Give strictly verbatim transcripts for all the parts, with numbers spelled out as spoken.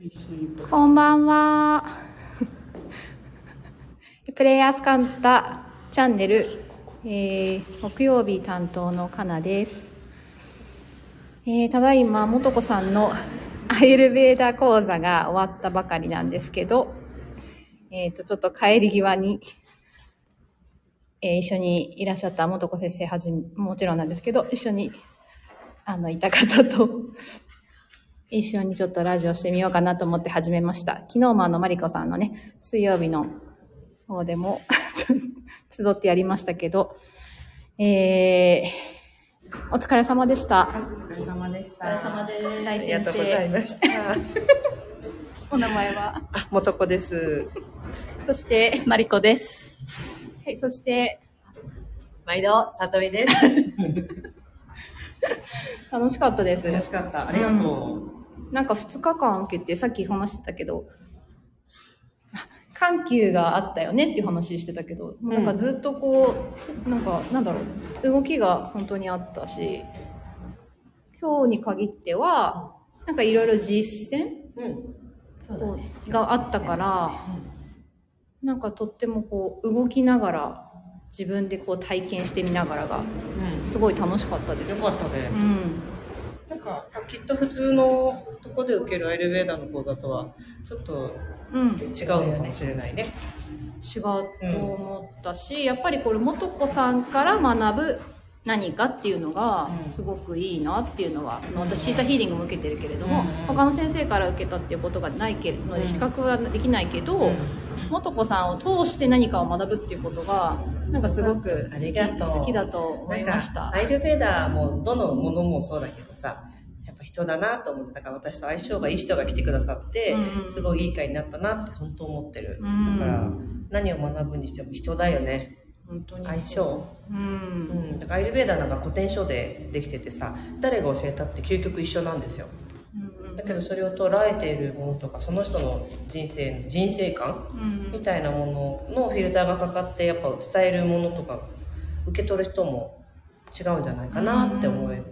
こんばんは。プレイヤースカンタチャンネル、えー、木曜日担当のかなです。えー、ただいまもとこさんのアイルベーダ講座が終わったばかりなんですけど、えーと、ちょっと帰り際に、えー、一緒にいらっしゃったもとこ先生はじめ、もちろんなんですけど、一緒にあのいた方と一緒にちょっとラジオしてみようかなと思って始めました。昨日もあのマリコさんのね、水曜日の方でも集ってやりましたけど、えー、お疲れ様でした。 お疲れ様でした。 お疲れ様です。 大先生。 ありがとうございました。 お名前は？ あ、もとこです。 そしてマリコです。 はい、そして毎度さとみです。 楽しかったです。 楽しかった。ありがとう。うん、 なんかふつかかん受けてさっき話してたけど、緩急があったよねっていう話してたけど、うん、なんかずっとこうなんかなんだろう、動きが本当にあったし、今日に限ってはなんかいろいろ実践、うんそうね、があったから、うん、なんかとってもこう動きながら自分でこう体験してみながらがすごい楽しかったです。 よかったです。 うん、 なんかきっと普通のとこで受けるアイルベーダの講座とはちょっと違うのかもしれないね。 うん、違うと思ったし、うん、やっぱりこれもとこさんから学ぶ何かっていうのがすごくいいなっていうのは、その私シータヒーリングも受けてるけれども、うん、他の先生から受けたっていうことがないけどので比較はできないけど、うん、もとこさんを通して何かを学ぶっていうことがなんかすごく好 き, 好きだと思いました。 アイルベーダもどのものもそうだけどさ、やっぱ人だなと思って、だから私と相性がいい人が来てくださって、うん、すごいいい会になったなって本当思ってる、うん、だから何を学ぶにしても人だよね。 本当に相性、うんうん、だからアイルベーダなんか古典書でできててさ、誰が教えたって究極一緒なんですよ、うんうん、だけどそれを捉えているものとかその人の人生人生観、うん、みたいなもののフィルターがかかってやっぱ伝えるものとか受け取る人も違うんじゃないかなって思って、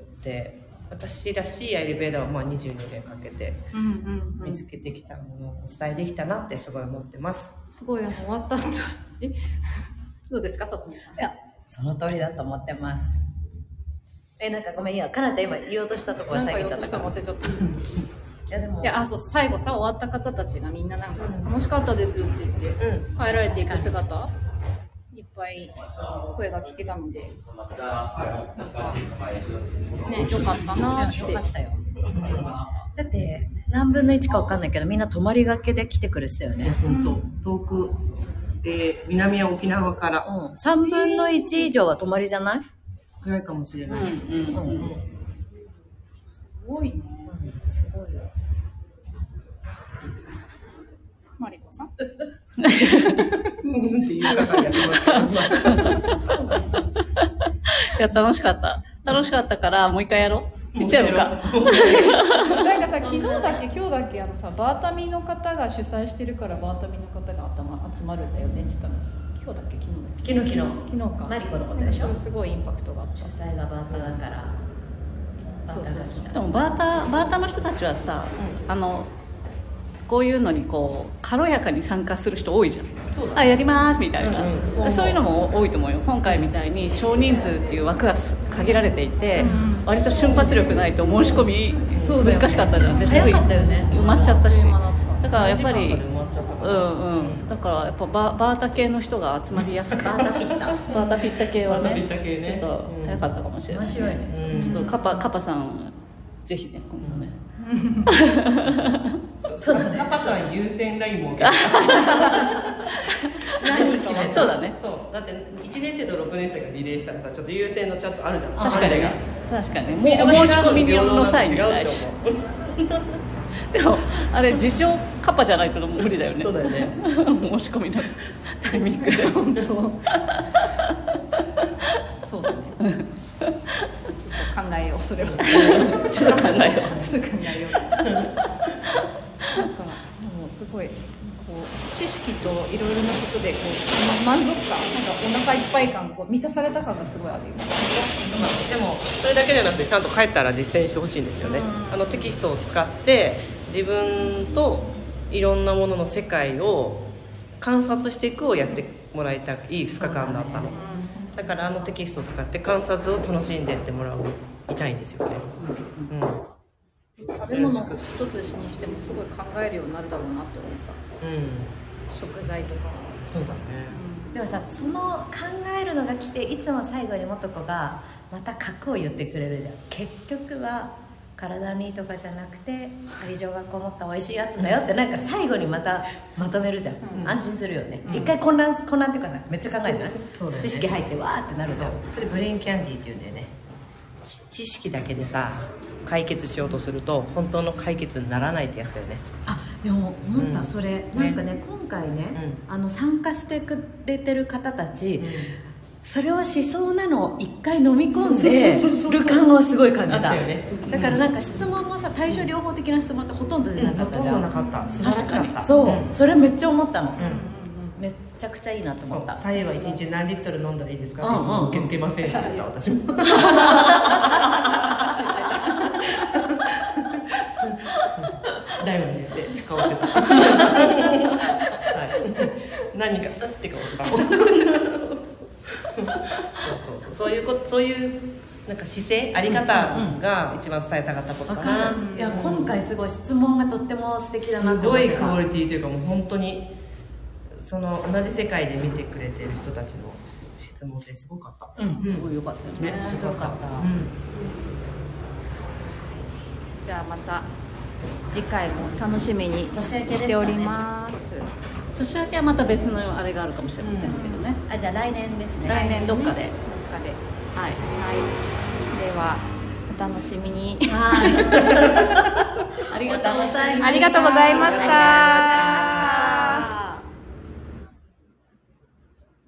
うん、私らしいアイルベーダはまあにじゅうにねんかけて見つけてきたものをお伝えできたなってすごい思ってます。 すごい、あの終わった後えどうですか、佐藤さん。 いや、その通りだと思ってます。え、なんかごめん、いや、かなちゃん今言おうとしたところは最後言っちゃったから。忘れちゃった。いやでも、いや、あ、そう、最後さ、終わった方たちがみんななんか、うん、楽しかったですって言って、うん、帰られていく姿、いっぱい声が聞けたので、ね、よかったなって。よかったよ。 だって、何分のいちかわかんないけど、みんな泊まりがけで来てくれてたよね。 本当、遠く。で、南は沖縄から、 うん、さんぶんのいち以上は泊まりじゃない？ ぐらいかもしれない。うんうんうん、 すごいね。 うん、すごいよ。 マリコさん？ うんっていう方やってます。 いや楽しかった。楽しかったからもう一回やろう。いつやるか。 なんかさ、昨日だっけ今日だっけあのさバータミの方が主催してるからバータミの方が集まるんだよねって言ったの。今日だっけ昨日だっけ？ 昨日昨日昨日か。 マリコのことでしょ。 すごいインパクトがあった。 主催がバータだから。 そうそうそう。 でもバータバータの人たちはさ、うん、あのこういうのにこう軽やかに参加する人多いじゃん。 そうだね、 あやりますみたいな、 うんうん、 そう、そういうのも多いと思うよ。今回みたいに少人数っていう枠が限られていて、うん、割と瞬発力ないと申し込み難しかったじゃん。で、すぐ埋まっちゃったし、だからやっぱりうんうんだからやっぱババータ系の人が集まりやすくバータピッタバータピッタ系は ね, ねちょっと早かったかもしれない。 面白いね、 うん、ちょっとカパカパさんぜひね今度ね、 うん、そうだね。カパさん優先ラインも受けて何人かはそうだね。 そうだっていちねん生とろくねん生がリレーしたらさちょっと優先のチャットあるじゃん。 確かに確かにスピードが申し込みの際に対しでもあれ自称カパじゃないと無理だよね。 そうだよね申し込みのタイミングで本当そうだねちょっと考えようそれはちょっと考えようちょっと考えようなんかもうすごいこう知識といろいろなことでこう、ま、満足感なんかお腹いっぱい感こう満たされた感がすごいあるよ。 でもそれだけじゃなくてちゃんと帰ったら実践してほしいんですよね。あのテキストを使って自分といろんなものの世界を観察していくをやってもらいたいふつかかんだったの。だからあのテキストを使って観察を楽しんでってもらいたいんですよね。うん、 食べ物一つにしてもすごい考えるようになるだろうなって思った、うん、食材とか。 そうだね、 うん、でもさ、その考えるのが来ていつも最後に素子がまた核を言ってくれるじゃん。結局は体にいいとかじゃなくて愛情がこもった美味しいやつだよって、なんか最後にまたまとめるじゃん、うん、安心するよね、うん、一回混乱混乱っていうかさ、めっちゃ考えてない、そうだね、知識入ってわーってなるじゃん。 そ, それブレインキャンディーっていうんだよね。知識だけでさ解決しようとすると本当の解決にならないってやつだよね。 あ、でも思った、うん、それなんかね、ね、今回ね、うん、あの参加してくれてる方たち、うん、それをしそうなのを一回飲み込んでる感をすごい感じた。だからなんか質問もさ、対処療法的な質問ってほとんど出なかったじゃん、うん、 ほとんどなかった。素晴らしかった。 そう、うん、それめっちゃ思ったの、うん、めっちゃくちゃいいなと思った。 さえはいちにち何リットル飲んだらいいですか、うんうんうん、受け付けませんって言った私もだよねって顔してた、はい、何かうって顔してたそうそうそう、そういうこそういうなんか姿勢、あり方が一番伝えたかったことかな。 いや、今回すごい質問がとっても素敵だなって思ってた。すごいクオリティというか、もう本当にその同じ世界で見てくれてる人たちの質問ですごかった。 うん、すごい良かったよね。よかった。うん、 じゃあまた次回も楽しみにしております。 年明けはまた別のあれがあるかもしれませんけどね。 うん、あ、じゃあ来年ですね。 来年どっかで。どっかで。 はい。はい。 ではお楽しみに。 はい。ありがとうございました。 ありがとうございました。